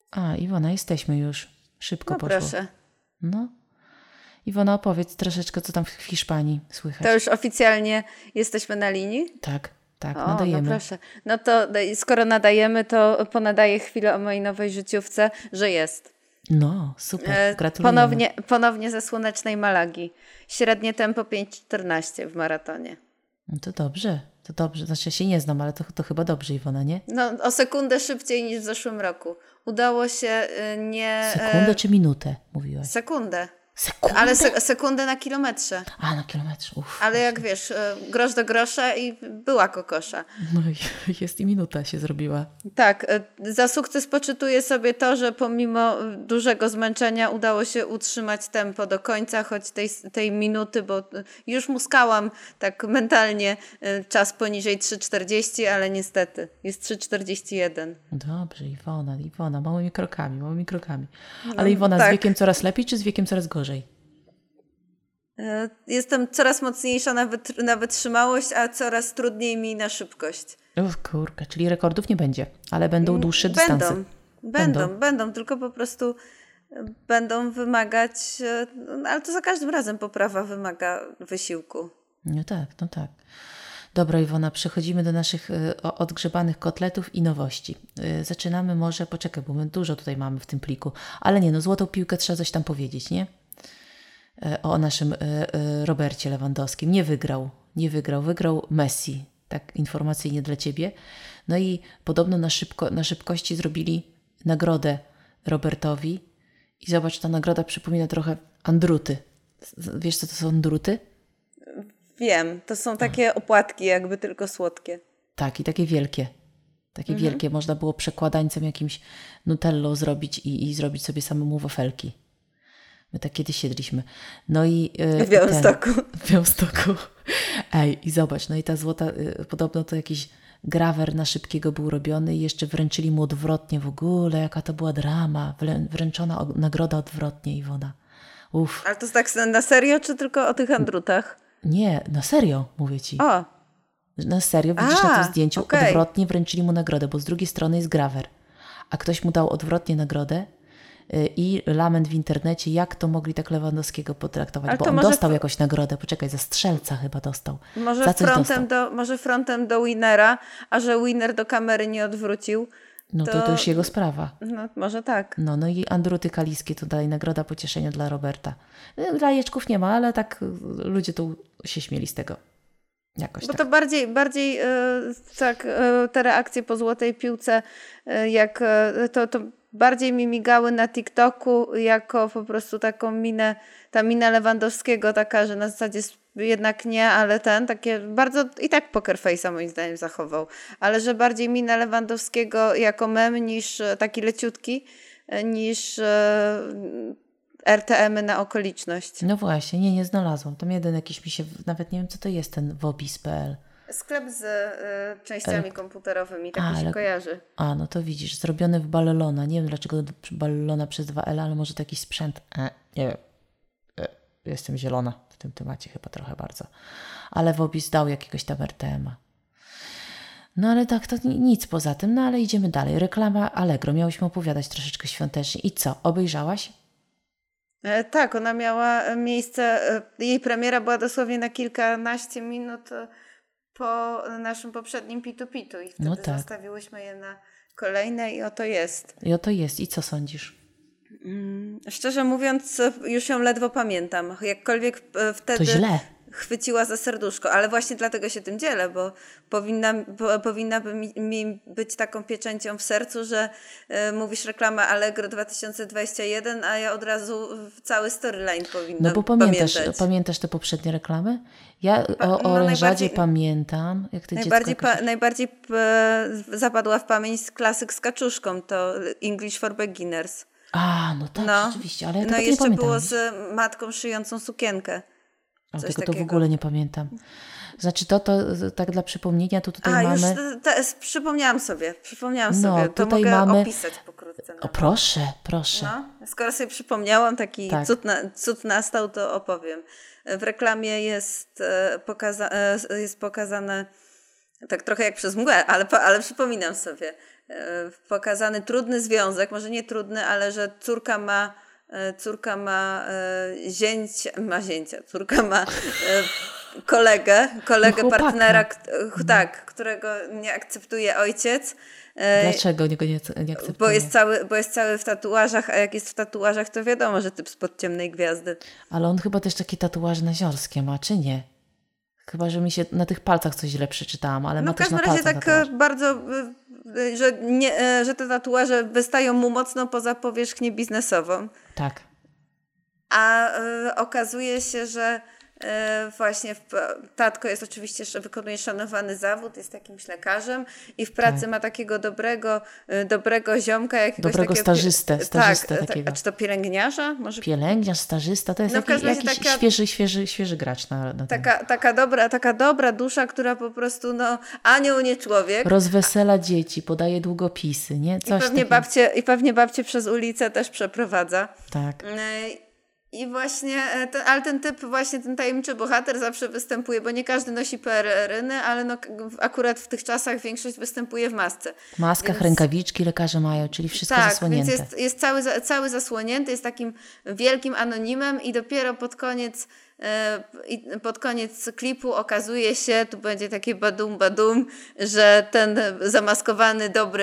A, Iwona, jesteśmy już. Szybko No poszło. proszę. No. Iwona, opowiedz troszeczkę, co tam w Hiszpanii słychać. To już oficjalnie jesteśmy na linii? Tak, O, nadajemy. no proszę. No to skoro nadajemy, to ponadaję chwilę o mojej nowej życiówce, że jest. No, super, gratulujemy. Ponownie ze słonecznej Malagi. Średnie tempo 5:14 w maratonie. No to dobrze. Znaczy ja się nie znam, ale to chyba dobrze, Iwona, nie? No o sekundę szybciej niż w zeszłym roku. Udało się nie... Sekundę czy minutę, mówiłaś? Sekundę. Sekundę? Ale sekundę na kilometrze. A, na kilometrze. Ale jak wiesz, grosz do grosza i była kokosza. No i jest i minuta się zrobiła. Tak, za sukces poczytuję sobie to, że pomimo dużego zmęczenia udało się utrzymać tempo do końca, choć tej minuty, bo już muskałam tak mentalnie czas poniżej 3:40, ale niestety jest 3:41. Dobrze, Iwona, małymi krokami. Ale Iwona, tak. Z wiekiem coraz lepiej, czy z wiekiem coraz gorzej? Jestem coraz mocniejsza na wytrzymałość, a coraz trudniej mi na szybkość. Kurka, czyli rekordów nie będzie, ale będą dłuższe dystanse. Będą, tylko po prostu będą wymagać, ale to za każdym razem poprawa wymaga wysiłku. No tak. Dobra, Iwona, przechodzimy do naszych odgrzebanych kotletów i nowości. Zaczynamy może, poczekaj, bo my dużo tutaj mamy w tym pliku, ale nie, złotą piłkę trzeba coś tam powiedzieć, nie? O naszym Robercie Lewandowskim. Nie wygrał Messi, tak informacyjnie dla Ciebie. No i podobno na szybkości zrobili nagrodę Robertowi i zobacz, ta nagroda przypomina trochę andruty. Wiesz, co to są andruty? Wiem, to są takie opłatki jakby, tylko słodkie. Tak, i takie wielkie. Wielkie. Można było przekładańcem jakimś nutellą zrobić i zrobić sobie samemu wafelki. My tak kiedyś siedliśmy. No i w Białymstoku. W Białymstoku. Ej, i zobacz, no i ta złota, podobno to jakiś grawer na szybkiego był robiony i jeszcze wręczyli mu odwrotnie w ogóle, jaka to była drama. Wręczona nagroda odwrotnie, Iwona. Uff. Ale to jest tak na serio, czy tylko o tych andrutach? Nie, na serio, mówię Ci. O! Na serio, widzisz na tym zdjęciu, odwrotnie wręczyli mu nagrodę, bo z drugiej strony jest grawer. A ktoś mu dał odwrotnie nagrodę i lament w internecie, jak to mogli tak Lewandowskiego potraktować, bo on dostał jakąś nagrodę, poczekaj, za strzelca chyba dostał. Może frontem do Winnera, a że Winner do kamery nie odwrócił. No to już jego sprawa. No może tak. No i andruty kaliskie, to dalej nagroda pocieszenia dla Roberta. Lajeczków nie ma, ale tak ludzie tu się śmieli z tego. Jakoś bo tak. To bardziej te reakcje po złotej piłce, jak to bardziej mi migały na TikToku jako po prostu taką minę, ta mina Lewandowskiego taka, że na zasadzie jednak nie, ale takie bardzo i tak poker face'a moim zdaniem zachował, ale że bardziej mina Lewandowskiego jako mem niż taki leciutki, niż RTM-y na okoliczność. No właśnie, nie znalazłam. Tam jeden jakiś mi się, nawet nie wiem co to jest ten wobis.pl. Sklep z częściami komputerowymi, tak mi się kojarzy. A, no to widzisz, zrobiony w Ballona. Nie wiem dlaczego Ballona przez 2L, ale może to jakiś sprzęt. Nie wiem. Jestem zielona w tym temacie chyba trochę bardzo. Ale wobis dał jakiegoś tam RTM-a. No ale tak, to nic poza tym. No ale idziemy dalej. Reklama Allegro. Miałyśmy opowiadać troszeczkę świątecznie. I co, obejrzałaś? Tak, ona miała miejsce, jej premiera była dosłownie na kilkanaście minut po naszym poprzednim Pitu i wtedy zostawiłyśmy je na kolejne i oto jest. I co sądzisz? Szczerze mówiąc, już ją ledwo pamiętam. Jakkolwiek wtedy to źle. Chwyciła za serduszko, ale właśnie dlatego się tym dzielę, bo powinna mi być taką pieczęcią w sercu, że mówisz reklama Allegro 2021, a ja od razu cały storyline powinnam No bo pamiętasz te poprzednie reklamy? Ja o orężadzie pamiętam. Jak ty najbardziej zapadła w pamięć klasyk z kaczuszką, to English for Beginners. A, no tak, rzeczywiście, ale ja tego nie jeszcze pamiętam. było z matką szyjącą sukienkę. Ale tego to w ogóle nie pamiętam. Znaczy to tak dla przypomnienia, to tutaj mamy... Przypomniałam sobie. No, to mogę opisać pokrótce. Proszę. No, skoro sobie przypomniałam, taki cud nastał, to opowiem. W reklamie jest pokazane, tak trochę jak przez mgłę, ale przypominam sobie. pokazany trudny związek, może nie trudny, ale że córka ma zięcia, córka ma kolegę partnera, tak, którego nie akceptuje ojciec. Dlaczego go nie akceptuje? Bo jest cały w tatuażach, a jak jest w tatuażach, to wiadomo, że typ spod ciemnej gwiazdy. Ale on chyba też takie tatuaże naziorskie ma, czy nie? Chyba, że mi się na tych palcach coś źle przeczytałam, ale ma też na palcach. W każdym razie tak bardzo, że te tatuaże wystają mu mocno poza powierzchnię biznesową. Tak. A okazuje się, że właśnie tatko jest oczywiście, że wykonuje szanowany zawód, jest jakimś lekarzem i w pracy ma takiego dobrego ziomka, jakiegoś dobrego takiego... stażystę takiego. A czy to pielęgniarza? Może... Pielęgniarz, stażysta, to jest jakiś świeży gracz. Taka dobra dusza, która po prostu, anioł, nie człowiek. Rozwesela dzieci, podaje długopisy, nie? Coś I pewnie babcie przez ulicę też przeprowadza. Tak. I właśnie, ale ten typ, właśnie ten tajemniczy bohater zawsze występuje, bo nie każdy nosi pereryny, ale akurat w tych czasach większość występuje w masce. W maskach, rękawiczki lekarze mają, czyli wszystko zasłonięte. Tak, więc jest cały zasłonięty, jest takim wielkim anonimem i dopiero pod koniec klipu okazuje się, tu będzie takie badum, że ten zamaskowany dobry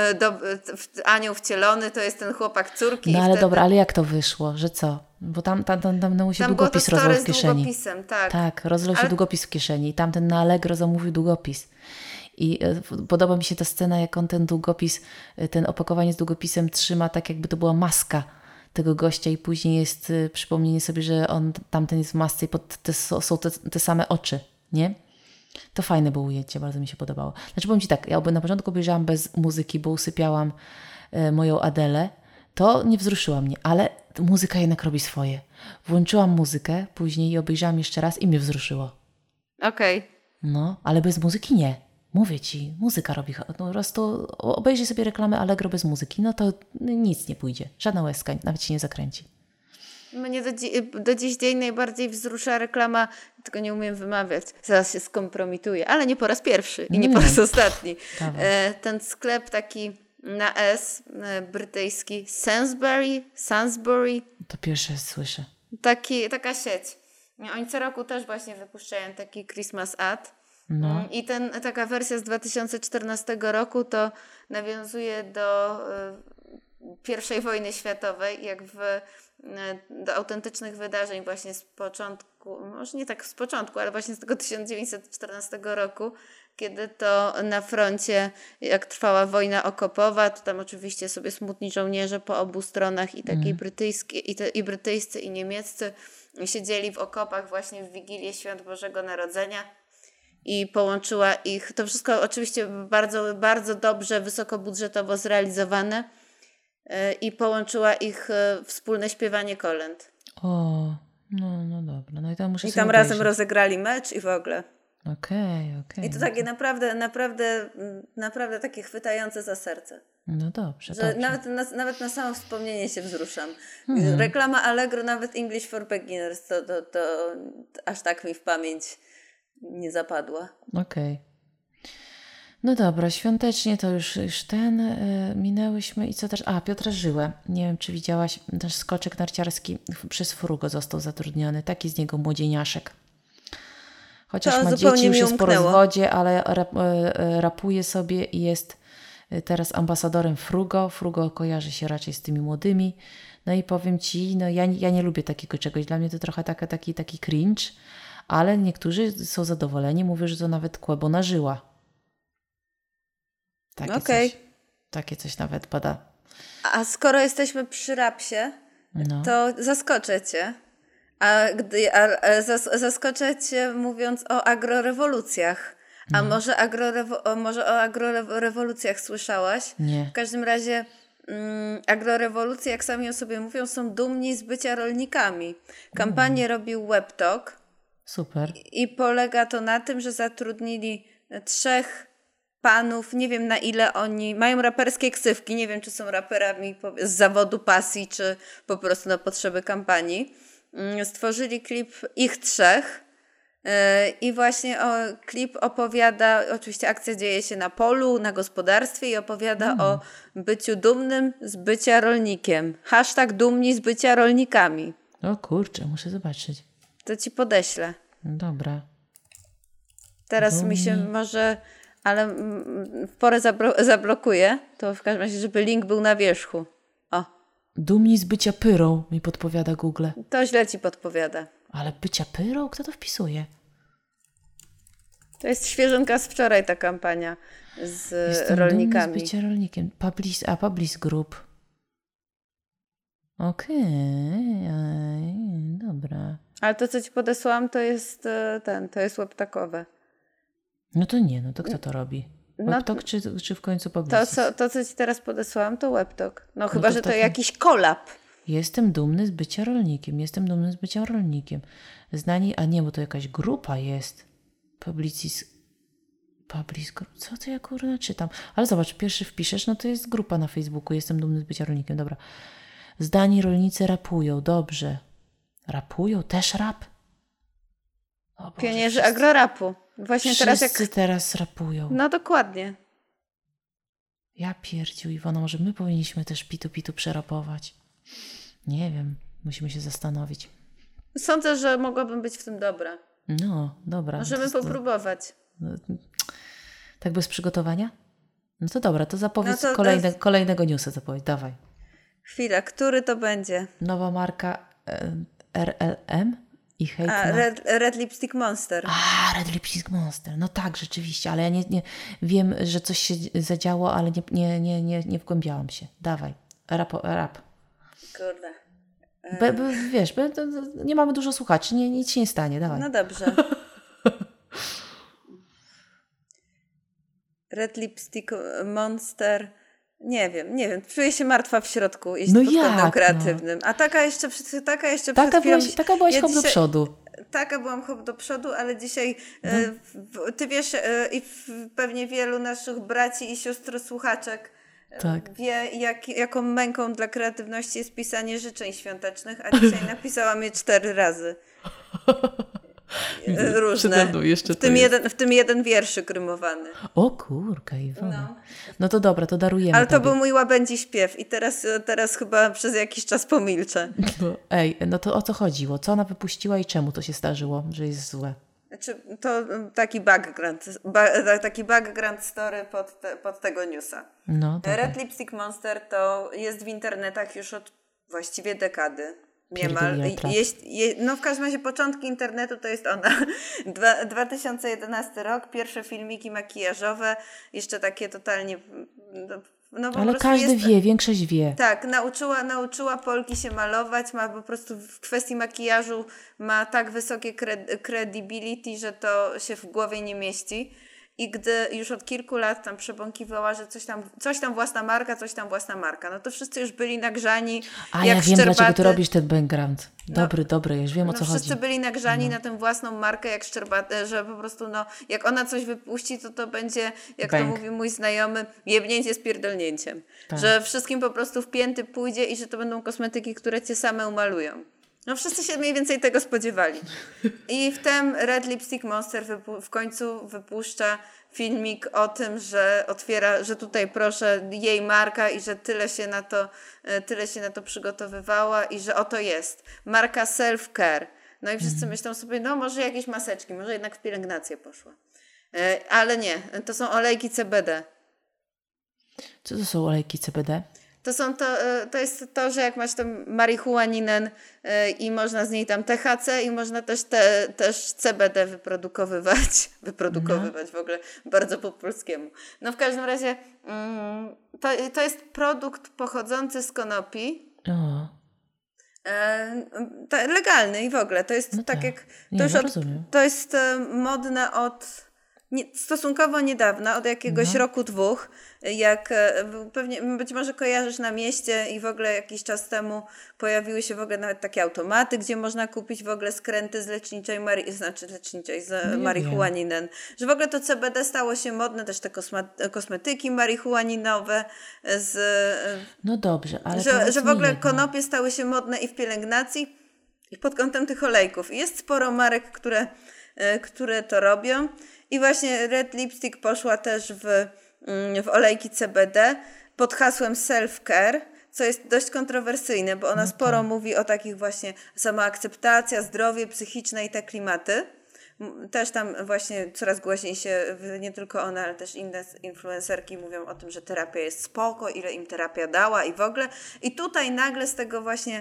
anioł wcielony to jest ten chłopak córki. No ale dobra, ale jak to wyszło, że co? Bo tam się długopis rozlał w kieszeni. Długopisem, tak. Tak, rozlał się długopis w kieszeni i tamten na Allegro zamówił długopis. I podoba mi się ta scena, jak on ten długopis, ten opakowanie z długopisem trzyma tak, jakby to była maska tego gościa i później jest przypomnienie sobie, że tamten jest w masce i są te same oczy, nie? To fajne było ujęcie, bardzo mi się podobało. Znaczy powiem Ci tak, ja na początku obejrzałam bez muzyki, bo usypiałam moją Adelę, to nie wzruszyła mnie, ale muzyka jednak robi swoje. Włączyłam muzykę później i obejrzałam jeszcze raz i mnie wzruszyło. Okej. No, ale bez muzyki nie. Mówię Ci, muzyka robi. Po prostu obejrzyj sobie reklamę Allegro bez muzyki, no to nic nie pójdzie. Żadna łezka nawet się nie zakręci. Mnie do dziś dzień najbardziej wzrusza reklama, tego nie umiem wymawiać, zaraz się skompromituję, ale nie po raz pierwszy i nie po raz ostatni. Ten sklep taki na S, brytyjski, Sainsbury. To pierwsze słyszę. Taka sieć. Oni co roku też właśnie wypuszczają taki Christmas ad. No. I taka wersja z 2014 roku to nawiązuje do I wojny światowej, do autentycznych wydarzeń właśnie z początku, może nie tak z początku, ale właśnie z tego 1914 roku, kiedy to na froncie, jak trwała wojna okopowa, to tam oczywiście sobie smutni żołnierze po obu stronach i takiej i brytyjscy i niemieccy siedzieli w okopach właśnie w Wigilię Świąt Bożego Narodzenia i połączyła ich, to wszystko oczywiście bardzo, bardzo dobrze, wysokobudżetowo zrealizowane i połączyła ich wspólne śpiewanie kolęd. O, no dobra. No i tam muszę I tam razem rozegrali mecz i w ogóle. Okej. I to takie naprawdę takie chwytające za serce. No dobrze. Że nawet na samo wspomnienie się wzruszam. Reklama Allegro, nawet English for Beginners, to aż tak mi w pamięć nie zapadła. Okej. No dobra, świątecznie to już minęłyśmy i co też? Piotra Żyłę. Nie wiem, czy widziałaś, też skoczek narciarski przez Frugo został zatrudniony. Taki z niego młodzieniaszek. Chociaż ma dzieci, już jest po rozwodzie, ale rapuje sobie i jest teraz ambasadorem Frugo. Frugo kojarzy się raczej z tymi młodymi. No i powiem Ci, ja nie lubię takiego czegoś. Dla mnie to trochę taki cringe, ale niektórzy są zadowoleni. Mówią, że to nawet Kłebona Żyła. Takie coś nawet pada. A skoro jesteśmy przy rapsie, to zaskoczę Cię. Zaskoczę Cię mówiąc o agrorewolucjach. A może o agrorewolucjach słyszałaś? Nie. W każdym razie agrorewolucje, jak sami o sobie mówią, są dumni z bycia rolnikami. Kampanię robił WebTalk. Super. I polega to na tym, że zatrudnili 3 panów, nie wiem na ile oni mają raperskie ksywki, nie wiem czy są raperami z zawodu, pasji, czy po prostu na potrzeby kampanii. Stworzyli klip ich 3 I właśnie klip opowiada, oczywiście akcja dzieje się na polu, na gospodarstwie i opowiada o byciu dumnym z bycia rolnikiem. Hashtag dumni z bycia rolnikami. O kurczę, muszę zobaczyć. To ci podeślę. No dobra. Teraz mi się może, ale w porę zablokuję, to w każdym razie, żeby link był na wierzchu. O. Dumni z bycia pyrą, mi podpowiada Google. To źle ci podpowiada. Ale bycia pyrą? Kto to wpisuje? To jest świeżynka z wczoraj ta kampania z Jestem rolnikami. dumny z bycia rolnikiem. Publish Group. Okej, dobra. Ale to, co ci podesłałam, to jest to jest łeptakowe. No to nie, no to kto to robi? Webtalk czy w końcu Publicis? To, co ci teraz podesłałam, to Webtalk. No chyba, że to taki... jakiś kolab. Jestem dumny z bycia rolnikiem. Znani, a nie, bo to jakaś grupa jest. Publicis Group. Co to ja kurna czytam? Ale zobacz, pierwszy wpiszesz, no to jest grupa na Facebooku. Jestem dumny z bycia rolnikiem, dobra. Zdani rolnicy rapują, dobrze. Rapują? Też rap? O Boże, pionierzy agrorapu. Właśnie wszyscy teraz rapują. No dokładnie. Ja pierdziu, Iwona, może my powinniśmy też pitu przerapować. Nie wiem, musimy się zastanowić. Sądzę, że mogłabym być w tym dobra. No, dobra. Możemy popróbować. Tak bez przygotowania? No to dobra, to zapowiedz kolejnego newsa zapowiedz, dawaj. Chwila, który to będzie? Nowa marka RLM i hejt Red Lipstick Monster. Red Lipstick Monster. No tak, rzeczywiście, ale ja nie wiem, że coś się zadziało, ale nie wgłębiałam się. Dawaj, rap. Kurde. Wiesz, nie mamy dużo słuchaczy, nic się nie stanie, dawaj. No dobrze. Red Lipstick Monster. Nie wiem. Czuję się martwa w środku, jeśli pod kątem kreatywnym. A taka jeszcze przed chwilą... Taka byłaś hop do przodu. Taka byłam hop do przodu, ale dzisiaj ty wiesz i pewnie wielu naszych braci i sióstr słuchaczek wie, jaką męką dla kreatywności jest pisanie życzeń świątecznych, a dzisiaj napisałam je 4 razy. Różne. W tym jeden wierszyk rymowany. O kurka, Iwona. No to dobra, to darujemy. Ale to był mój łabędzi śpiew i teraz chyba przez jakiś czas pomilczę. No to o co chodziło? Co ona wypuściła i czemu to się zdarzyło, że jest złe? Znaczy, to taki background story pod tego newsa. No, Red Lipstick Monster to jest w internetach już od właściwie dekady. Niemal. No w każdym razie początki internetu to jest ona. 2011 rok, pierwsze filmiki makijażowe, jeszcze takie totalnie... No, ale każdy wie, większość wie. Tak, nauczyła Polki się malować, ma po prostu w kwestii makijażu ma tak wysokie credibility, że to się w głowie nie mieści. I gdy już od kilku lat tam przebąkiwała, że coś tam własna marka, no to wszyscy już byli nagrzani. A ja wiem, dlaczego ty robisz ten background. Dobry, już wiem, o co chodzi. Wszyscy byli nagrzani na tę własną markę jak szczerbatę, że po prostu jak ona coś wypuści, to będzie, jak to mówi mój znajomy, jebnięcie z pierdolnięciem. Tak. Że wszystkim po prostu w pięty pójdzie i że to będą kosmetyki, które cię same umalują. No wszyscy się mniej więcej tego spodziewali. I wtem Red Lipstick Monster w końcu wypuszcza filmik o tym, że że tutaj proszę jej marka i że tyle się na to przygotowywała i że oto jest. Marka Self-Care. No i wszyscy myślą sobie, no może jakieś maseczki, może jednak w pielęgnację poszła. Ale nie, to są olejki CBD. Co to są olejki CBD? To jest to, że jak masz tam marihuaninę i można z niej tam THC i można też CBD wyprodukowywać w ogóle bardzo po polskiemu. No w każdym razie to jest produkt pochodzący z konopi. Legalny i w ogóle. To jest to jest modne stosunkowo niedawna, od jakiegoś roku, 2, jak pewnie być może kojarzysz na mieście i w ogóle jakiś czas temu pojawiły się w ogóle nawet takie automaty, gdzie można kupić w ogóle skręty z marihuaninen. Że w ogóle to CBD stało się modne, też te kosmetyki marihuaninowe. No dobrze, ale że w ogóle konopie stały się modne i w pielęgnacji i pod kątem tych olejków. Jest sporo marek, które które to robią. I właśnie Red Lipstick poszła też w olejki CBD pod hasłem self-care, co jest dość kontrowersyjne, bo ona sporo mówi o takich właśnie samoakceptacja, zdrowie psychiczne i te klimaty. Też tam właśnie coraz głośniej się, nie tylko ona, ale też inne influencerki mówią o tym, że terapia jest spoko, ile im terapia dała i w ogóle. I tutaj nagle z tego właśnie,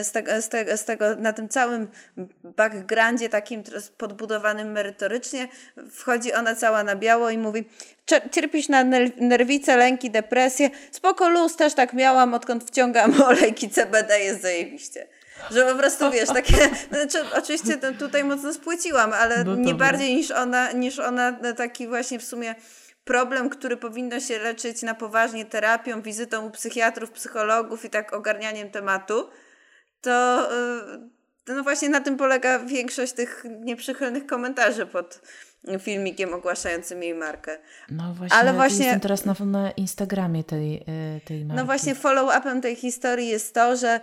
z tego na tym całym backgroundzie takim podbudowanym merytorycznie wchodzi ona cała na biało i mówi: cierpisz na nerwice, lęki, depresję. Spoko, luz, też tak miałam, odkąd wciągam olejki CBD, jest zajebiście. Że po prostu wiesz, takie, znaczy oczywiście tutaj mocno spłyciłam, ale nie bardziej niż ona taki właśnie w sumie problem, który powinno się leczyć na poważnie terapią, wizytą u psychiatrów, psychologów i tak ogarnianiem tematu, to no właśnie na tym polega większość tych nieprzychylnych komentarzy pod filmikiem ogłaszającym jej markę. No właśnie, ale właśnie jestem teraz na Instagramie tej marki. No właśnie follow-upem tej historii jest to, że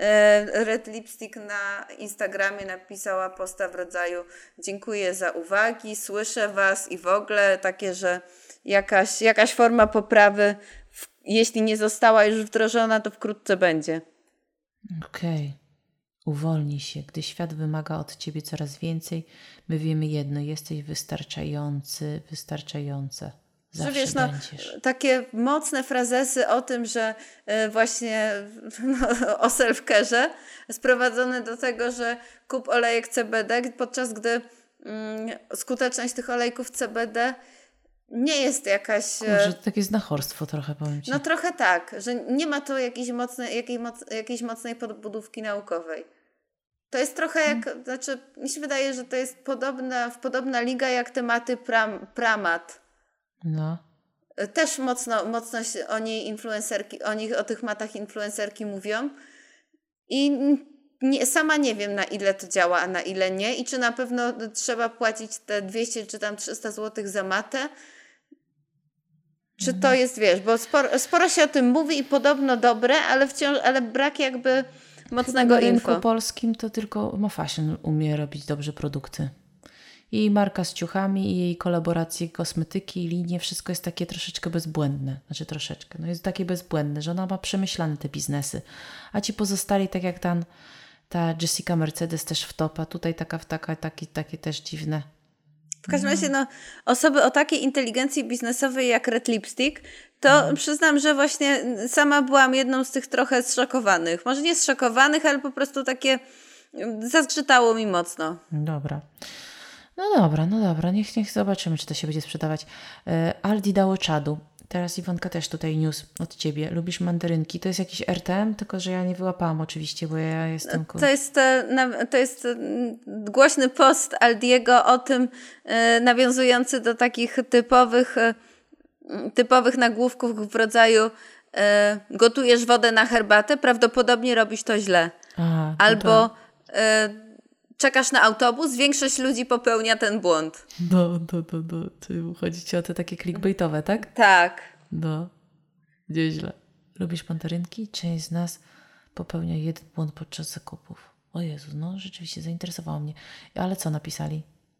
Red Lipstick na Instagramie napisała posta w rodzaju: dziękuję za uwagi, słyszę was i w ogóle takie, że jakaś forma poprawy, jeśli nie została już wdrożona, to wkrótce będzie. Okej. Uwolnij się, gdy świat wymaga od ciebie coraz więcej. My wiemy jedno: jesteś wystarczający, wystarczająca. Zawsze że wiesz, będziesz. Takie mocne frazesy o tym, że właśnie o self-care'ze sprowadzone do tego, że kup olejek CBD, podczas gdy skuteczność tych olejków CBD nie jest jakaś... Kurczę, to takie znachorstwo trochę, powiem ci. No trochę tak, że nie ma to jakiejś mocnej podbudówki naukowej. To jest trochę jak, znaczy mi się wydaje, że to jest podobna liga jak tematy Pramat. No. Też mocno się o tych matach influencerki mówią i sama nie wiem, na ile to działa, a na ile nie i czy na pewno trzeba płacić te 200 czy tam 300 zł za matę. Czy to jest, wiesz, bo sporo się o tym mówi i podobno dobre, ale brak jakby mocnego na info. Na rynku polskim to tylko MoFashion umie robić dobrze produkty. Jej marka z ciuchami i jej kolaboracje, kosmetyki i linie, wszystko jest takie troszeczkę bezbłędne. Znaczy troszeczkę, no jest takie bezbłędne, że ona ma przemyślane te biznesy. A ci pozostali, tak jak ta Jessica Mercedes też w topa, tutaj takie też dziwne. W każdym razie osoby o takiej inteligencji biznesowej jak Red Lipstick, to przyznam, że właśnie sama byłam jedną z tych trochę zszokowanych. Może nie zszokowanych, ale po prostu takie zazgrzytało mi mocno. Dobra. No dobra. Niech zobaczymy, czy to się będzie sprzedawać. Aldi dało czadu. Teraz Iwonka też tutaj news od ciebie. Lubisz mandarynki? To jest jakiś RTM, tylko że ja nie wyłapałam oczywiście, bo ja jestem... To jest głośny post Aldiego o tym, nawiązujący do takich typowych nagłówków w rodzaju gotujesz wodę na herbatę, prawdopodobnie robisz to źle. Albo czekasz na autobus, większość ludzi popełnia ten błąd. Czyli chodzi ci o te takie clickbaitowe, tak? Tak. No, nieźle. Lubisz mandarynki? Część z nas popełnia jeden błąd podczas zakupów. O Jezu, rzeczywiście zainteresowało mnie. Ale co napisali?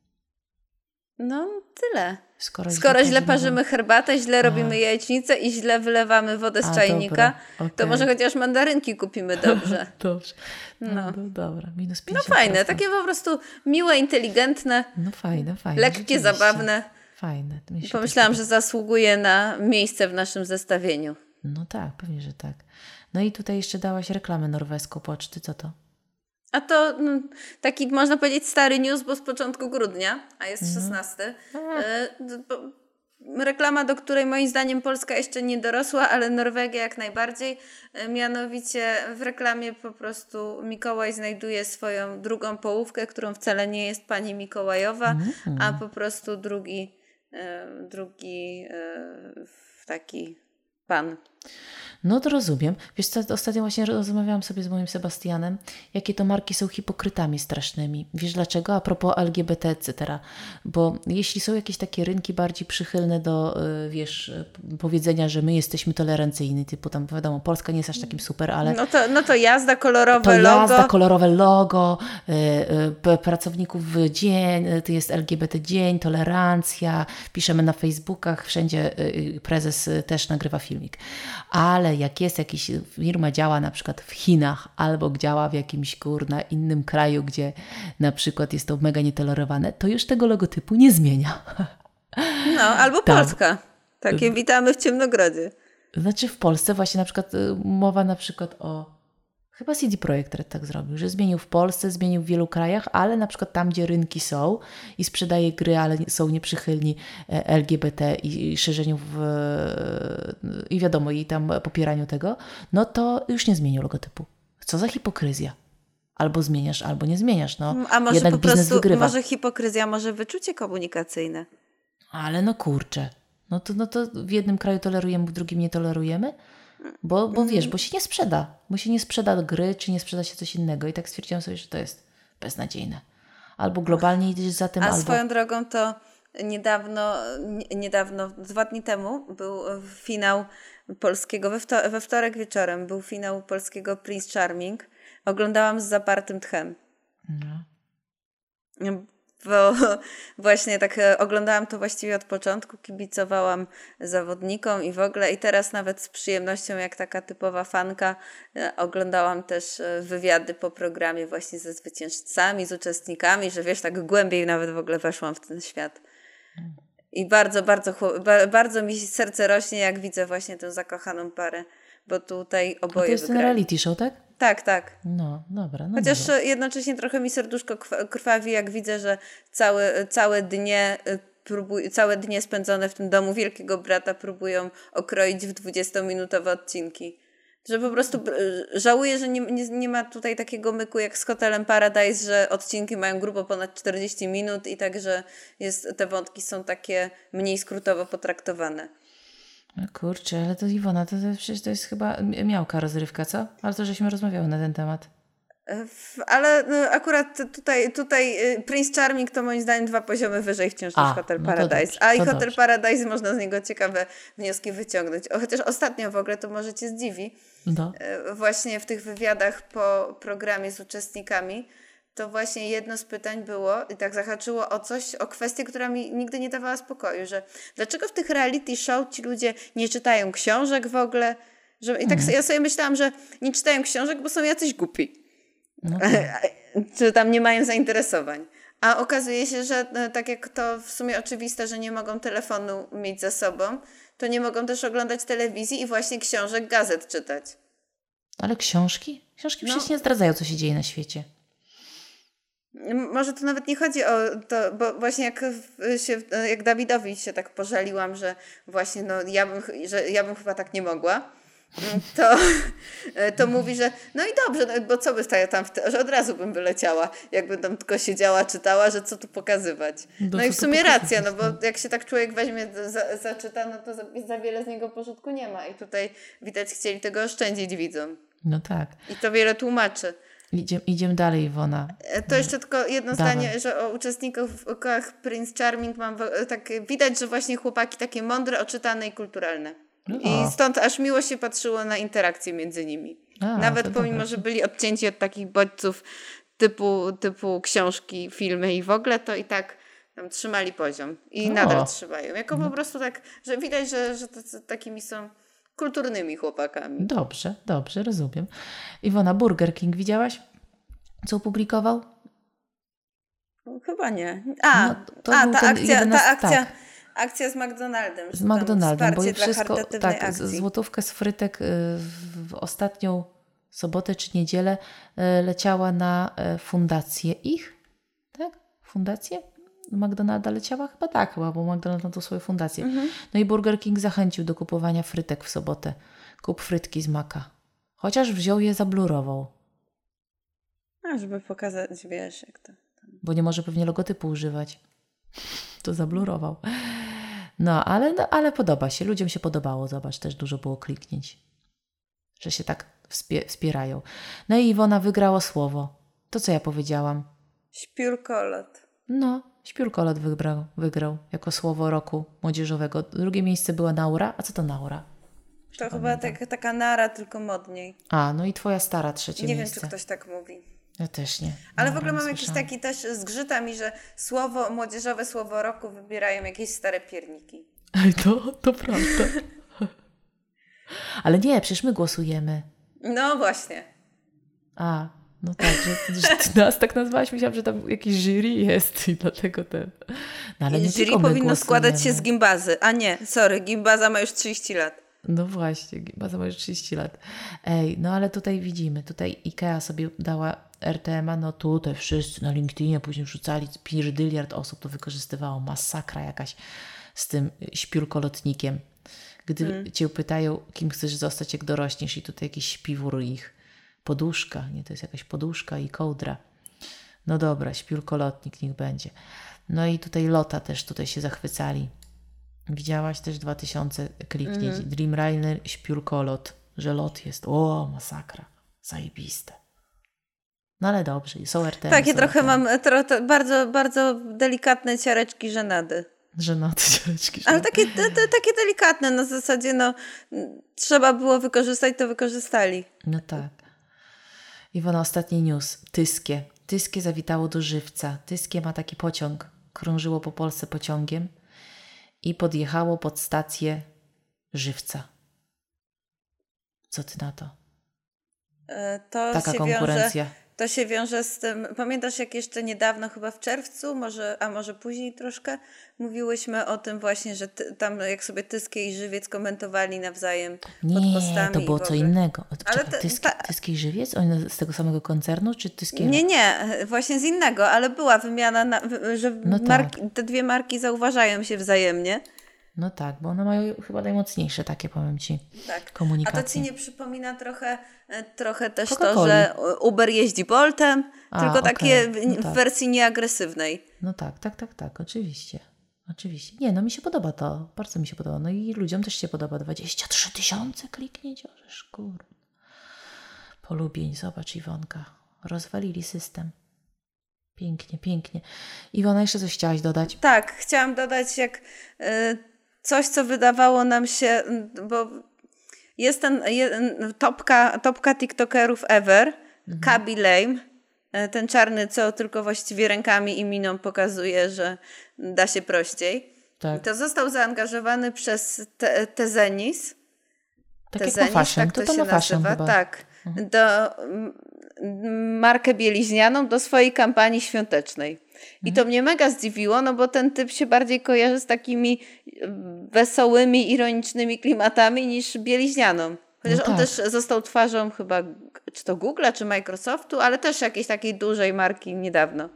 No, tyle. Skoro źle parzymy herbatę, źle robimy jajecznicę i źle wylewamy wodę z czajnika, to może chociaż mandarynki kupimy dobrze. Dobrze. Dobra, minus 50%. No fajne, takie po prostu miłe, inteligentne. No fajne. Lekkie, zabawne. Fajne. Pomyślałam, że zasługuje na miejsce w naszym zestawieniu. No tak, pewnie, że tak. No i tutaj jeszcze dałaś reklamę norweską poczty. Co to? A to taki, można powiedzieć, stary news, bo z początku grudnia, a jest 16. Reklama, do której moim zdaniem Polska jeszcze nie dorosła, ale Norwegia jak najbardziej. Mianowicie w reklamie po prostu Mikołaj znajduje swoją drugą połówkę, którą wcale nie jest pani Mikołajowa, a po prostu drugi taki pan. No to rozumiem. Wiesz co, ostatnio właśnie rozmawiałam sobie z moim Sebastianem, jakie to marki są hipokrytami strasznymi. Wiesz dlaczego? A propos LGBT, etc. Bo jeśli są jakieś takie rynki bardziej przychylne do, wiesz, powiedzenia, że my jesteśmy tolerancyjni, typu tam wiadomo, Polska nie jest aż takim super, ale... No to jazda, kolorowe to logo. jazda, kolorowe logo, pracowników dzień, to jest LGBT dzień, tolerancja, piszemy na Facebookach, wszędzie prezes też nagrywa filmik. Ale jak jest jakaś firma działa na przykład w Chinach albo działa w jakimś innym kraju, gdzie na przykład jest to mega nietolerowane, to już tego logotypu nie zmienia. No, albo Polska. Takie witamy w Ciemnogrodzie. Znaczy w Polsce właśnie na przykład mowa na przykład o... Chyba CD Projekt Red tak zrobił, że zmienił w Polsce, zmienił w wielu krajach, ale na przykład tam, gdzie rynki są i sprzedaje gry, ale są nieprzychylni LGBT i szerzeniu i wiadomo, i tam popieraniu tego, no to już nie zmienił logotypu. Co za hipokryzja. Albo zmieniasz, albo nie zmieniasz. No, a może jednak po biznes prostu, wygrywa. może hipokryzja, może wyczucie komunikacyjne. Ale no kurczę. No to w jednym kraju tolerujemy, w drugim nie tolerujemy? Bo wiesz, bo się nie sprzeda. Bo się nie sprzeda gry, czy nie sprzeda się coś innego. I tak stwierdziłam sobie, że to jest beznadziejne. Albo globalnie idziesz za tym, albo... Swoją drogą to niedawno, 2 dni temu był finał polskiego, we wtorek wieczorem był finał polskiego Prince Charming. Oglądałam z zapartym tchem. No. Bo właśnie tak oglądałam to właściwie od początku, kibicowałam zawodnikom i w ogóle i teraz nawet z przyjemnością jak taka typowa fanka oglądałam też wywiady po programie właśnie ze zwycięzcami, z uczestnikami, że wiesz, tak głębiej nawet w ogóle weszłam w ten świat. I bardzo mi serce rośnie, jak widzę właśnie tę zakochaną parę, bo tutaj oboje to jest wygrali. ten reality show, tak? Tak. No, dobra. No Chociaż dobra. jednocześnie trochę mi serduszko krwawi, jak widzę, że całe dnie spędzone w tym domu Wielkiego Brata próbują okroić w 20-minutowe odcinki. Że po prostu żałuję, że nie ma tutaj takiego myku jak z Hotelem Paradise, że odcinki mają grubo ponad 40 minut i także te wątki są takie mniej skrótowo potraktowane. No kurczę, ale to Iwona, to przecież to jest chyba miałka rozrywka, co? Ale to żeśmy rozmawiały na ten temat. Ale akurat tutaj Prince Charming to moim zdaniem 2 poziomy wyżej wciąż niż Hotel Paradise. Dobrze, i Hotel Paradise można z niego ciekawe wnioski wyciągnąć. Chociaż ostatnio w ogóle to może cię zdziwi. No. Właśnie w tych wywiadach po programie z uczestnikami to właśnie jedno z pytań było i tak zahaczyło o kwestię, która mi nigdy nie dawała spokoju, że dlaczego w tych reality show ci ludzie nie czytają książek w ogóle? I tak ja sobie myślałam, że nie czytają książek, bo są jacyś głupi. No tak. Czy tam nie mają zainteresowań. A okazuje się, że tak jak to w sumie oczywiste, że nie mogą telefonu mieć ze sobą, to nie mogą też oglądać telewizji i właśnie książek, gazet czytać. Ale książki? Książki przecież nie zdradzają, co się dzieje na świecie. Może to nawet nie chodzi o to, bo właśnie jak Dawidowi się tak pożaliłam, że właśnie ja bym chyba tak nie mogła, to mówi, że no i dobrze, no, bo co by tam, że od razu bym wyleciała, jakby tam tylko siedziała, czytała, że co tu pokazywać. No i w sumie racja, no bo jak się tak człowiek weźmie, zaczyta, no to za wiele z niego pożytku nie ma i tutaj widać chcieli tego oszczędzić widzom. No tak. I to wiele tłumaczy. Idziemy dalej, Iwona. To jeszcze tylko jedno zdanie, że o uczestnikach Prince Charming tak widać, że właśnie chłopaki takie mądre, oczytane i kulturalne. I stąd aż miło się patrzyło na interakcje między nimi. Nawet pomimo, że byli odcięci od takich bodźców typu książki, filmy i w ogóle, to i tak tam trzymali poziom. I nadal trzymają. Jako po prostu tak, że widać, że takimi są kulturnymi chłopakami. Dobrze, rozumiem. Iwona, Burger King widziałaś? Co opublikował? Chyba nie. Akcja z McDonaldem. Z McDonaldem, bo wszystko, złotówkę z frytek w ostatnią sobotę czy niedzielę leciała na fundację ich, tak? Fundację? McDonalda leciała? Chyba, bo McDonald's ma tu swoją fundację. No i Burger King zachęcił do kupowania frytek w sobotę. Kup frytki z Maka. Chociaż wziął je, zablurował. Żeby pokazać, wiesz, jak to... Bo nie może pewnie logotypu używać. To zablurował. No, ale podoba się. Ludziom się podobało. Zobacz, też dużo było kliknięć. Że się tak wspierają. No i Iwona wygrała słowo. To, co ja powiedziałam. Śpiórkolot. No, śpiórkolot wygrał jako słowo roku młodzieżowego. Drugie miejsce była Naura. A co to Naura? To chyba taka nara, tylko modniej. A, no i twoja stara trzecie miejsce. Nie wiem, czy ktoś tak mówi. Ja też nie. Ale w ogóle mam jakiś taki też, zgrzyta mi, że młodzieżowe słowo roku wybierają jakieś stare pierniki. Ej, to prawda. Ale nie, przecież my głosujemy. No właśnie. A, no tak, że ty nas tak nazwałaś, myślałam, że tam jakieś jury jest i dlatego ten... No, ale nie jury powinno składać się z Gimbazy, a nie, sorry, Gimbaza ma już 30 lat. No właśnie, Gimbaza ma już 30 lat. Ej, no ale tutaj widzimy, tutaj IKEA sobie dała RTM-a, no tutaj wszyscy na LinkedInie później wrzucali, pierdyliard osób to wykorzystywało, masakra jakaś z tym śpiórkolotnikiem. Gdy cię pytają, kim chcesz zostać, jak dorośniesz i tutaj jakiś śpiwór ich. Poduszka, nie, to jest jakaś poduszka i kołdra. No dobra, śpiórkolotnik niech będzie. No i tutaj Lota też tutaj się zachwycali. Widziałaś też 2000 kliknięć. Dreamliner, śpiórkolot, że lot jest. O, masakra. Zajebiste. No ale dobrze, są RTM. Takie trochę mam bardzo, bardzo delikatne ciareczki żenady. Żenady ciareczki. Ale takie delikatne, na zasadzie trzeba było wykorzystać, to wykorzystali. No tak. Iwona, ostatni news. Tyskie. Tyskie zawitało do Żywca. Tyskie ma taki pociąg. Krążyło po Polsce pociągiem i podjechało pod stację Żywca. Co ty na to? Taka konkurencja. To się wiąże z tym, pamiętasz jak jeszcze niedawno, chyba w czerwcu, może później troszkę, mówiłyśmy o tym właśnie, że tam jak sobie Tyskie i Żywiec komentowali nawzajem pod postami. Nie, to było co innego. Ale Tyskie i Żywiec? Oni z tego samego koncernu, czy Tyskie? Nie, właśnie z innego, ale była wymiana, że te dwie marki zauważają się wzajemnie. No tak, bo one mają chyba najmocniejsze takie, powiem Ci, komunikacje. A to Ci nie przypomina trochę też to, że Uber jeździ Boltem, tylko takie w wersji nieagresywnej. No tak, oczywiście. Oczywiście. Nie, no mi się podoba to, bardzo mi się podoba. No i ludziom też się podoba. 23 000 kliknięć, orzesz, kurde. Polubień, zobacz Iwonka. Rozwalili system. Pięknie, pięknie. Iwona, jeszcze coś chciałaś dodać? Tak, chciałam dodać coś, co wydawało nam się, bo jest ten topka TikTokerów ever, Kaby Lame, ten czarny, co tylko właściwie rękami i miną pokazuje, że da się prościej. Tak. To został zaangażowany przez Tezenis. Tak jak na fashion, tak to się na fashion nazywa. chyba. Tak, do markę bieliźnianą do swojej kampanii świątecznej. I to mnie mega zdziwiło, no bo ten typ się bardziej kojarzy z takimi wesołymi, ironicznymi klimatami niż bieliźnianą. Chociaż on też został twarzą chyba, czy to Google'a, czy Microsoftu, ale też jakiejś takiej dużej marki niedawno.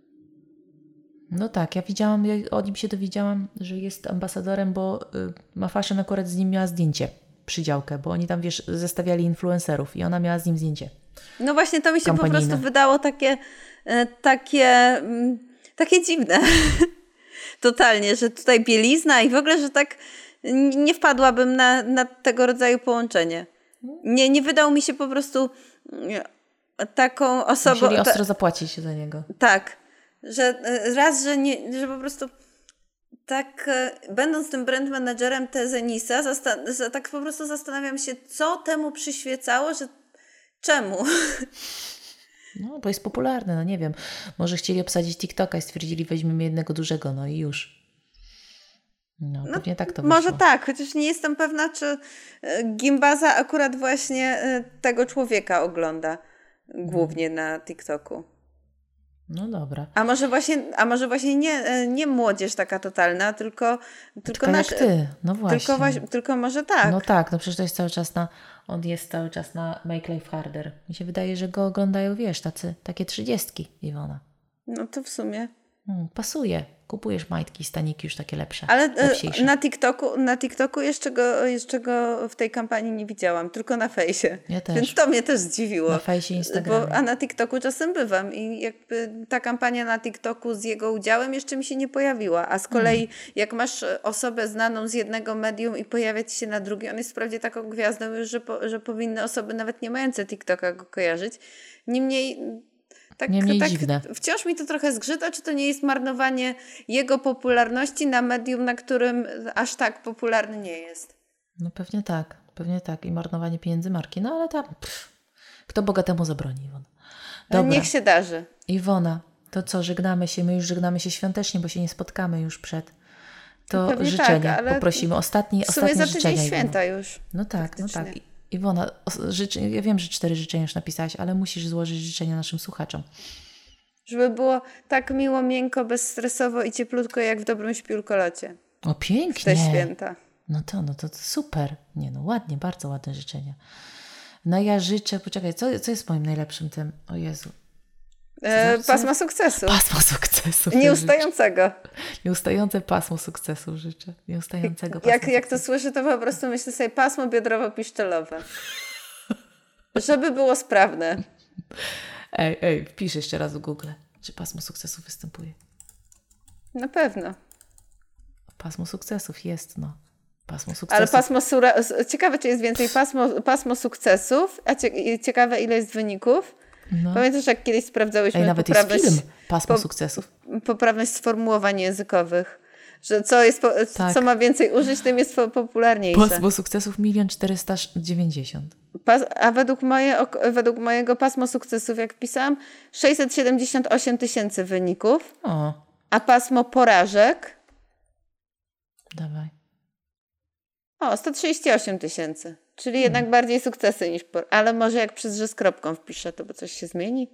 No tak, ja o nim się dowiedziałam, że jest ambasadorem, bo ma fashion akurat z nim miała zdjęcie, przydziałkę, bo oni tam, wiesz, zestawiali influencerów i ona miała z nim zdjęcie. No właśnie, to mi się po prostu wydało takie dziwne. Totalnie, że tutaj bielizna i w ogóle, że tak nie wpadłabym na tego rodzaju połączenie. Nie wydał mi się po prostu taką osobą... Musieli ostro zapłacić za niego. Tak, że raz, że po prostu tak będąc tym brand managerem Tezenisa, tak po prostu zastanawiam się, co temu przyświecało, że czemu? No, bo jest popularny, no nie wiem. Może chcieli obsadzić TikToka i stwierdzili, weźmiemy jednego dużego, no i już. No, pewnie tak to wyszło. Może tak, chociaż nie jestem pewna, czy Gimbaza akurat właśnie tego człowieka ogląda głównie na TikToku. No dobra. A może właśnie nie młodzież taka totalna, tylko jak ty, no właśnie. Tylko może tak. No tak, no przecież to jest on jest cały czas na Make Life Harder. Mi się wydaje, że go oglądają, wiesz, takie 30, Iwona. No to w sumie. Pasuje. Kupujesz majtki, staniki już takie lepsze, Ale lepsiejsze. na TikToku jeszcze go w tej kampanii nie widziałam, tylko na fejsie. Ja też. Więc to mnie też zdziwiło. Na fejsie, Instagramie. A na TikToku czasem bywam i jakby ta kampania na TikToku z jego udziałem jeszcze mi się nie pojawiła. A z kolei jak masz osobę znaną z jednego medium i pojawia ci się na drugim, on jest wprawdzie taką gwiazdą już, że powinny osoby nawet nie mające TikToka go kojarzyć. Niemniej dziwne. Wciąż mi to trochę zgrzyta, czy to nie jest marnowanie jego popularności na medium, na którym aż tak popularny nie jest. No pewnie tak. I marnowanie pieniędzy marki. No ale tam, kto Boga temu zabroni, Iwona. Dobra. Niech się darzy. Iwona, to co, żegnamy się? My już żegnamy się świątecznie, bo się nie spotkamy już przed. To pewnie życzenia tak, ale poprosimy. Ostatnie w sumie za tydzień życzenia, święta Iwona. już. No tak. Iwona, ja wiem, że 4 życzenia już napisałaś, ale musisz złożyć życzenia naszym słuchaczom. Żeby było tak miło, miękko, bezstresowo i cieplutko, jak w dobrym śpiulkolocie. O, pięknie. W te święta. No to super. Nie no, ładnie, bardzo ładne życzenia. No ja życzę, poczekaj, co jest moim najlepszym tym? O Jezu. Pasmo sukcesu. Pasmo sukcesu. Nieustającego. Nieustające pasmo sukcesu życzę. Nieustającego pasmo Jak to słyszę, to po prostu myślę sobie pasmo biodrowo-piszczelowe. Żeby było sprawne. Ej, wpisz jeszcze raz w Google, czy pasmo sukcesów występuje. Na pewno. Pasmo sukcesów jest, no. Pasmo sukcesów. Ale ciekawe, czy jest więcej pasmo sukcesów, a ciekawe, ile jest wyników. No. Pamiętasz, jak kiedyś sprawdzałyśmy nawet jest film pasmo sukcesów. Poprawność sformułowań językowych. Że co ma więcej użyć, tym jest popularniejsze. Pasmo sukcesów 1 490 000. A według mojego pasmo sukcesów, jak wpisałam, 678 000 wyników. O. A pasmo porażek? Dawaj. 138 000. Czyli jednak bardziej sukcesy niż ale może jak przez z kropką wpiszę, to bo coś się zmieni?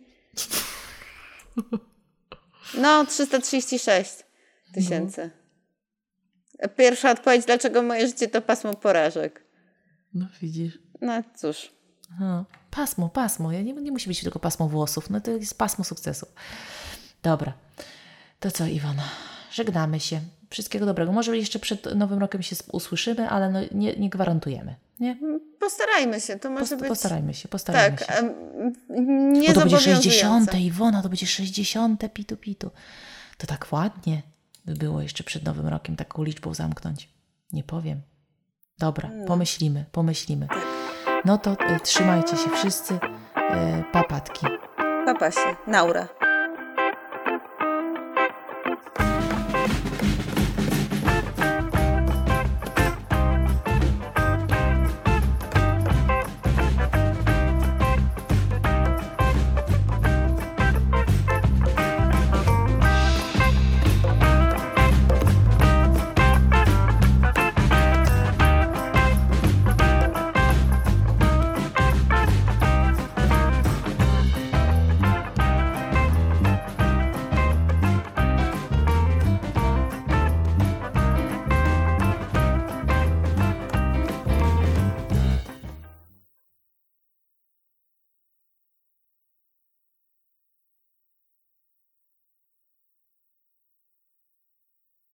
336 000. Pierwsza odpowiedź, dlaczego moje życie to pasmo porażek. No widzisz. No cóż. Pasmo. Nie musi być tylko pasmo włosów. No to jest pasmo sukcesów. Dobra. To co, Iwona? Żegnamy się. Wszystkiego dobrego. Może jeszcze przed Nowym Rokiem się usłyszymy, ale nie gwarantujemy. Nie? Postarajmy się. To może być... Postarajmy się. Tak. Nie to będzie 60. Iwona, to będzie 60. Pitu. To tak ładnie by było jeszcze przed Nowym Rokiem taką liczbą zamknąć. Nie powiem. Dobra, pomyślimy. No to trzymajcie się wszyscy. Papatki. Papa się. Naura.